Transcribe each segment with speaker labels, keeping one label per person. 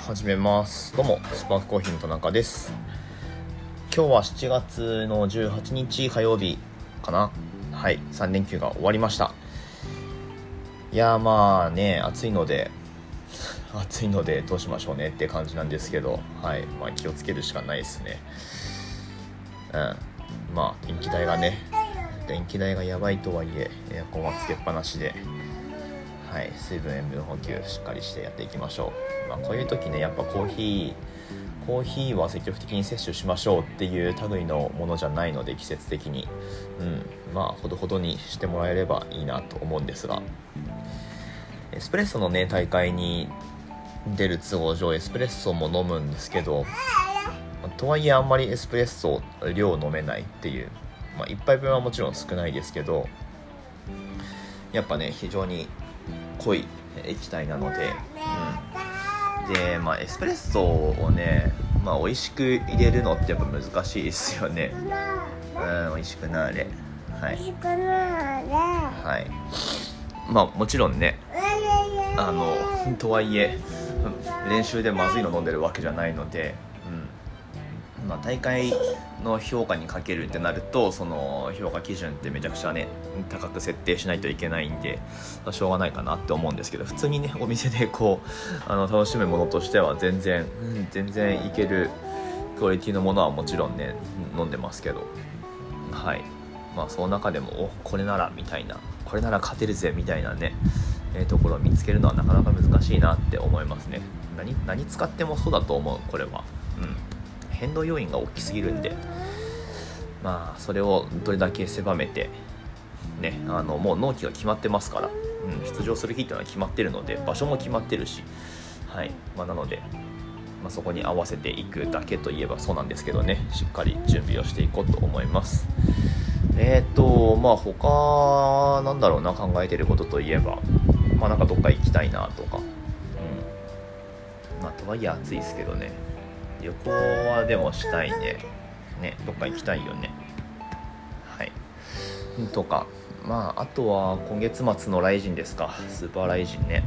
Speaker 1: 始めます。どうもスパークコーヒーの田中です。今日は7月の18日火曜日かな。はい、3連休が終わりました。いやまあね、暑いのでどうしましょうねって感じなんですけど、はい、気をつけるしかないですね。電気代がやばいとはいえ、エアコンはつけっぱなしで、はい、水分塩分補給しっかりしてやっていきましょう。こういう時ね、やっぱコーヒーは積極的に摂取しましょうっていう類のものじゃないので、季節的にほどほどにしてもらえればいいなと思うんですが、エスプレッソのね大会に出る都合上エスプレッソも飲むんですけど、とはいえあんまりエスプレッソ量飲めないっていう、一杯分はもちろん少ないですけど、やっぱね非常に濃い液体なので、でエスプレッソをね美味しく入れるのってやっぱ難しいですよね。美味しくなれ、はい、もちろんねとはいえ練習でまずいの飲んでるわけじゃないので、大会の評価にかけるってなると、その評価基準ってめちゃくちゃね高く設定しないといけないんで、しょうがないかなって思うんですけど、普通にねお店で楽しむものとしては全然いけるクオリティのものはもちろんね飲んでますけど、はい、その中でもこれなら勝てるぜみたいなねところを見つけるのはなかなか難しいなって思いますね。何使ってもそうだと思う。これは変動要因が大きすぎるんで、それをどれだけ狭めてね、もう納期が決まってますから、出場する日っていうのは決まってるので、場所も決まってるし、はい、なので、そこに合わせていくだけといえばそうなんですけどね、しっかり準備をしていこうと思います。他なんだろうな、考えてることといえば、なんかどっか行きたいなとか、とはいえ暑いですけどね、旅行はでもしたいね。どっか行きたいよね。はい。とか、あとは今月末のライジンですか。スーパーライジンね。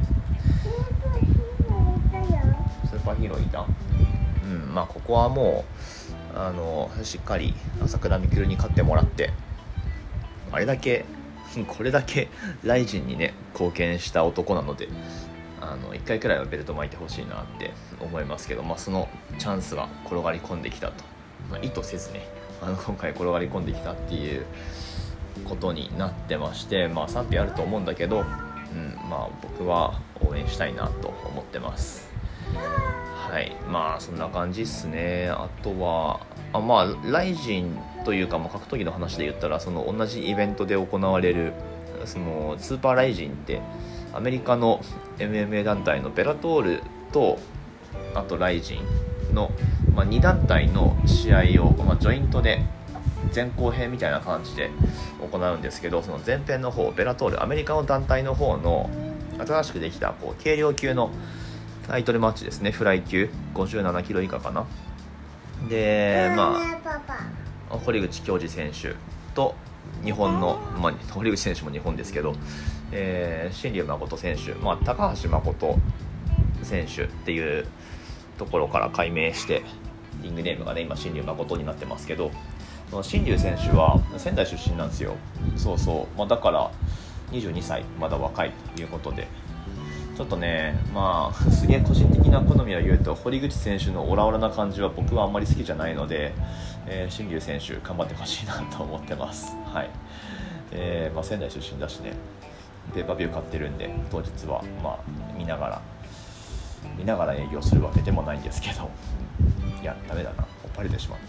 Speaker 1: スーパーヒーローいた？ここはもうしっかり朝倉未来に勝ってもらって、これだけライジンにね貢献した男なので、1回くらいはベルト巻いてほしいなって思いますけど、そのチャンスが転がり込んできたと、意図せずね今回転がり込んできたっていうことになってまして、賛否あると思うんだけど、僕は応援したいなと思ってます。はい、そんな感じっすね。あとはライジンというか、格闘技の話で言ったら、その同じイベントで行われるそのスーパーライジンってアメリカの MMA 団体のベラトールと、あとライジンの、2団体の試合を、ジョイントで前後編みたいな感じで行うんですけど、その前編の方、ベラトールアメリカの団体の方の新しくできた軽量級のタイトルマッチですね。フライ級57キロ以下かな。で堀口恭司選手と日本の、堀口選手も日本ですけど、新竜誠選手、高橋誠選手っていうところから改名して、リングネームがね今新竜誠になってますけど、新竜選手は仙台出身なんですよ。だから22歳、まだ若いということで、ちょっとねすげえ個人的な好みを言うと、堀口選手のオラオラな感じは僕はあんまり好きじゃないので、新竜選手頑張ってほしいなと思ってます。はい。仙台出身だしね、ペーパービュー買ってるんで、当日は見ながら営業するわけでもないんですけど、いやダメだな、おっぱれてしまった。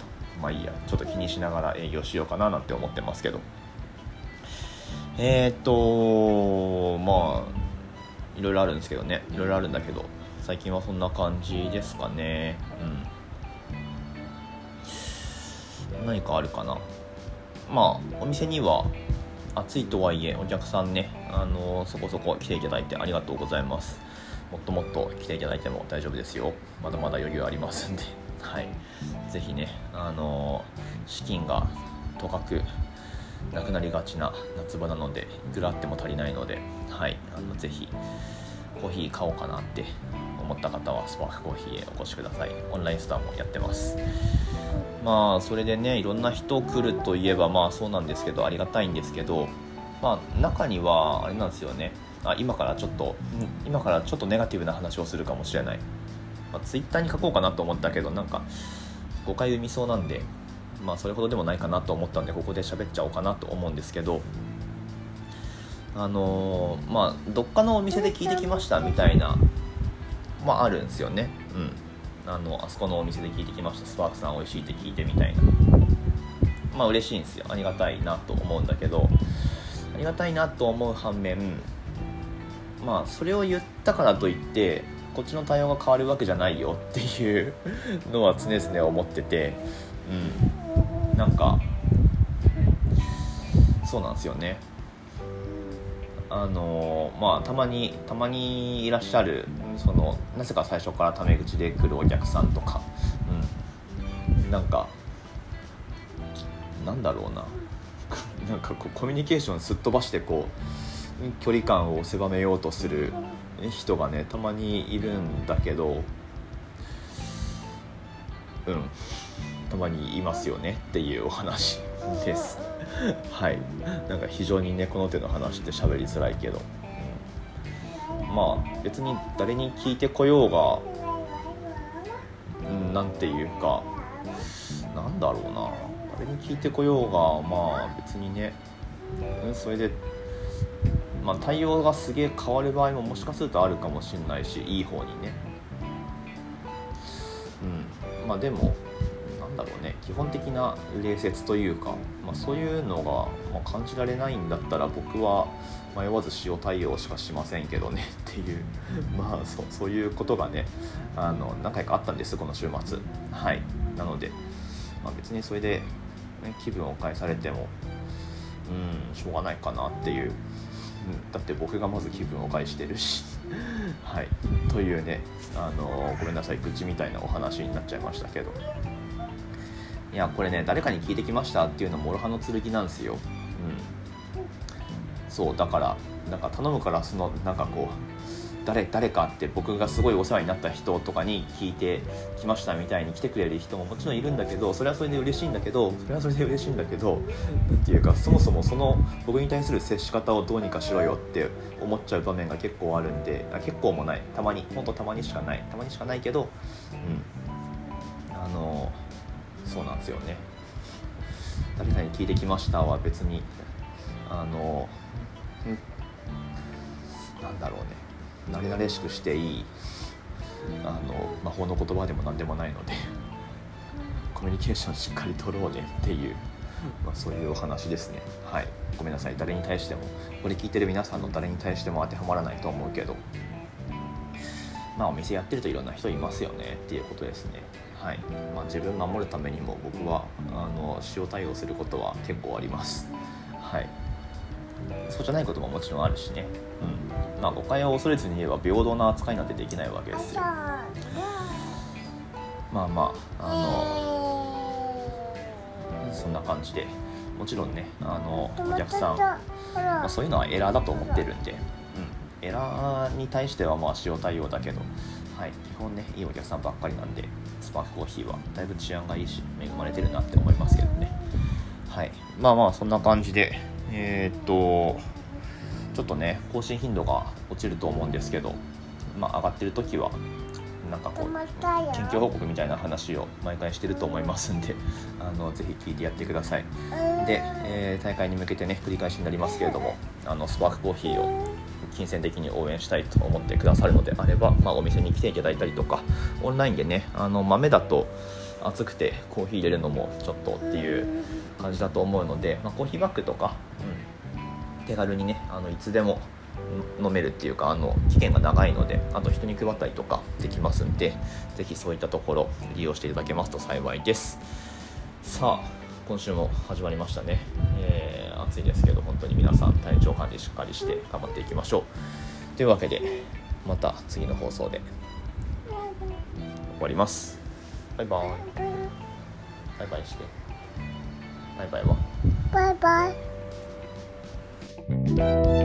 Speaker 1: いいや、ちょっと気にしながら営業しようかななんて思ってますけど、いろいろあるんですけどね、いろいろあるんだけど、最近はそんな感じですかね。何かあるかな。お店には暑いとはいえお客さんね、そこそこ来ていただいてありがとうございます。もっともっと来ていただいても大丈夫ですよ。まだまだ余裕ありますんで、はい、ぜひね資金がとかくなくなりがちな夏場なので、いくらあっても足りないので、はい、ぜひコーヒー買おうかなって思思った方はスパークコーヒーへお越しください。オンラインストアもやってます。まあそれでね、いろんな人来るといえばまあそうなんですけど、ありがたいんですけど、まあ中にはあれなんですよね。今からちょっとネガティブな話をするかもしれない。ツイッターに書こうかなと思ったけど、なんか誤解生みそうなんで、まあそれほどでもないかなと思ったんで、ここで喋っちゃおうかなと思うんですけど、まあどっかのお店で聞いてきましたみたいな、まああるんですよね。あそこのお店で聞いてきました、スパークさん美味しいって聞いてみたいな。まあ嬉しいんですよ。ありがたいなと思うんだけど、ありがたいなと思う反面、まあそれを言ったからといってこっちの対応が変わるわけじゃないよっていうのは常々思ってて、なんかそうなんですよね。まあたまにいらっしゃる、なぜか最初からタメ口で来るお客さんとか、なんかなんだろうななんかコミュニケーションすっ飛ばして距離感を狭めようとする人がねたまにいるんだけど、たまにいますよねっていうお話ですはい。なんか非常にねこの手の話って喋りづらいけど、まあ別に誰に聞いてこようが、なんていうかなんだろうな、誰に聞いてこようがまあ別にね、それでまあ対応がすげえ変わる場合ももしかするとあるかもしれないし、いい方にね。まあでもなんだろうね、基本的な礼節というか、そういうのが、感じられないんだったら僕は迷わず塩対応しかしませんけどねっていうそういうことがね何回かあったんです、この週末。はい。なので、別にそれで、気分を害されてもしょうがないかなっていう、だって僕がまず気分を害してるしはいというね、ごめんなさい、愚痴みたいなお話になっちゃいましたけど、いやこれね誰かに聞いてきましたっていうのも諸刃の剣なんですよ。そうだからなんか頼むから、なんか誰かって僕がすごいお世話になった人とかに聞いてきましたみたいに来てくれる人ももちろんいるんだけど、それはそれで嬉しいんだけど、なんていうか、そもそもその僕に対する接し方をどうにかしろよって思っちゃう場面が結構あるんで、結構もない、たまにしかないけど、そうなんですよね。誰かに聞いてきましたは別になんだろうね、慣れ慣れしくしていい魔法の言葉でも何でもないのでコミュニケーションしっかり取ろうねっていう、そういうお話ですね。はい。ごめんなさい、誰に対しても、これ聞いてる皆さんの誰に対しても当てはまらないと思うけど、お店やってるといろんな人いますよねっていうことですね。はい。自分守るためにも僕は塩対応することは結構あります。はい。そうじゃないことももちろんあるしね。誤解を恐れずに言えば平等な扱いなんてできないわけですよ。そんな感じで、もちろんねお客さん、そういうのはエラーだと思ってるんで、エラーに対しては塩対応だけど、はい、基本ねいいお客さんばっかりなんで、スパークコーヒーはだいぶ治安がいいし恵まれてるなって思いますけどね。はい。そんな感じでちょっとね更新頻度が落ちると思うんですけど、上がってる時はなんか近況報告みたいな話を毎回してると思いますんで、ぜひ聞いてやってください。で、大会に向けてね繰り返しになりますけれども、スパークコーヒーを金銭的に応援したいと思ってくださるのであれば、お店に来ていただいたりとか、オンラインでね豆だと熱くてコーヒー入れるのもちょっとっていう感じだと思うので、コーヒーバッグとか、手軽にねいつでも飲めるっていうか、期限が長いので、あと人に配ったりとかできますんで、ぜひそういったところ利用していただけますと幸いです。さあ今週も始まりましたね。暑いですけど本当に皆さん体調管理しっかりして頑張っていきましょうというわけで、また次の放送で終わります。バイバイ。バイバイして。バイバイはバイバイ。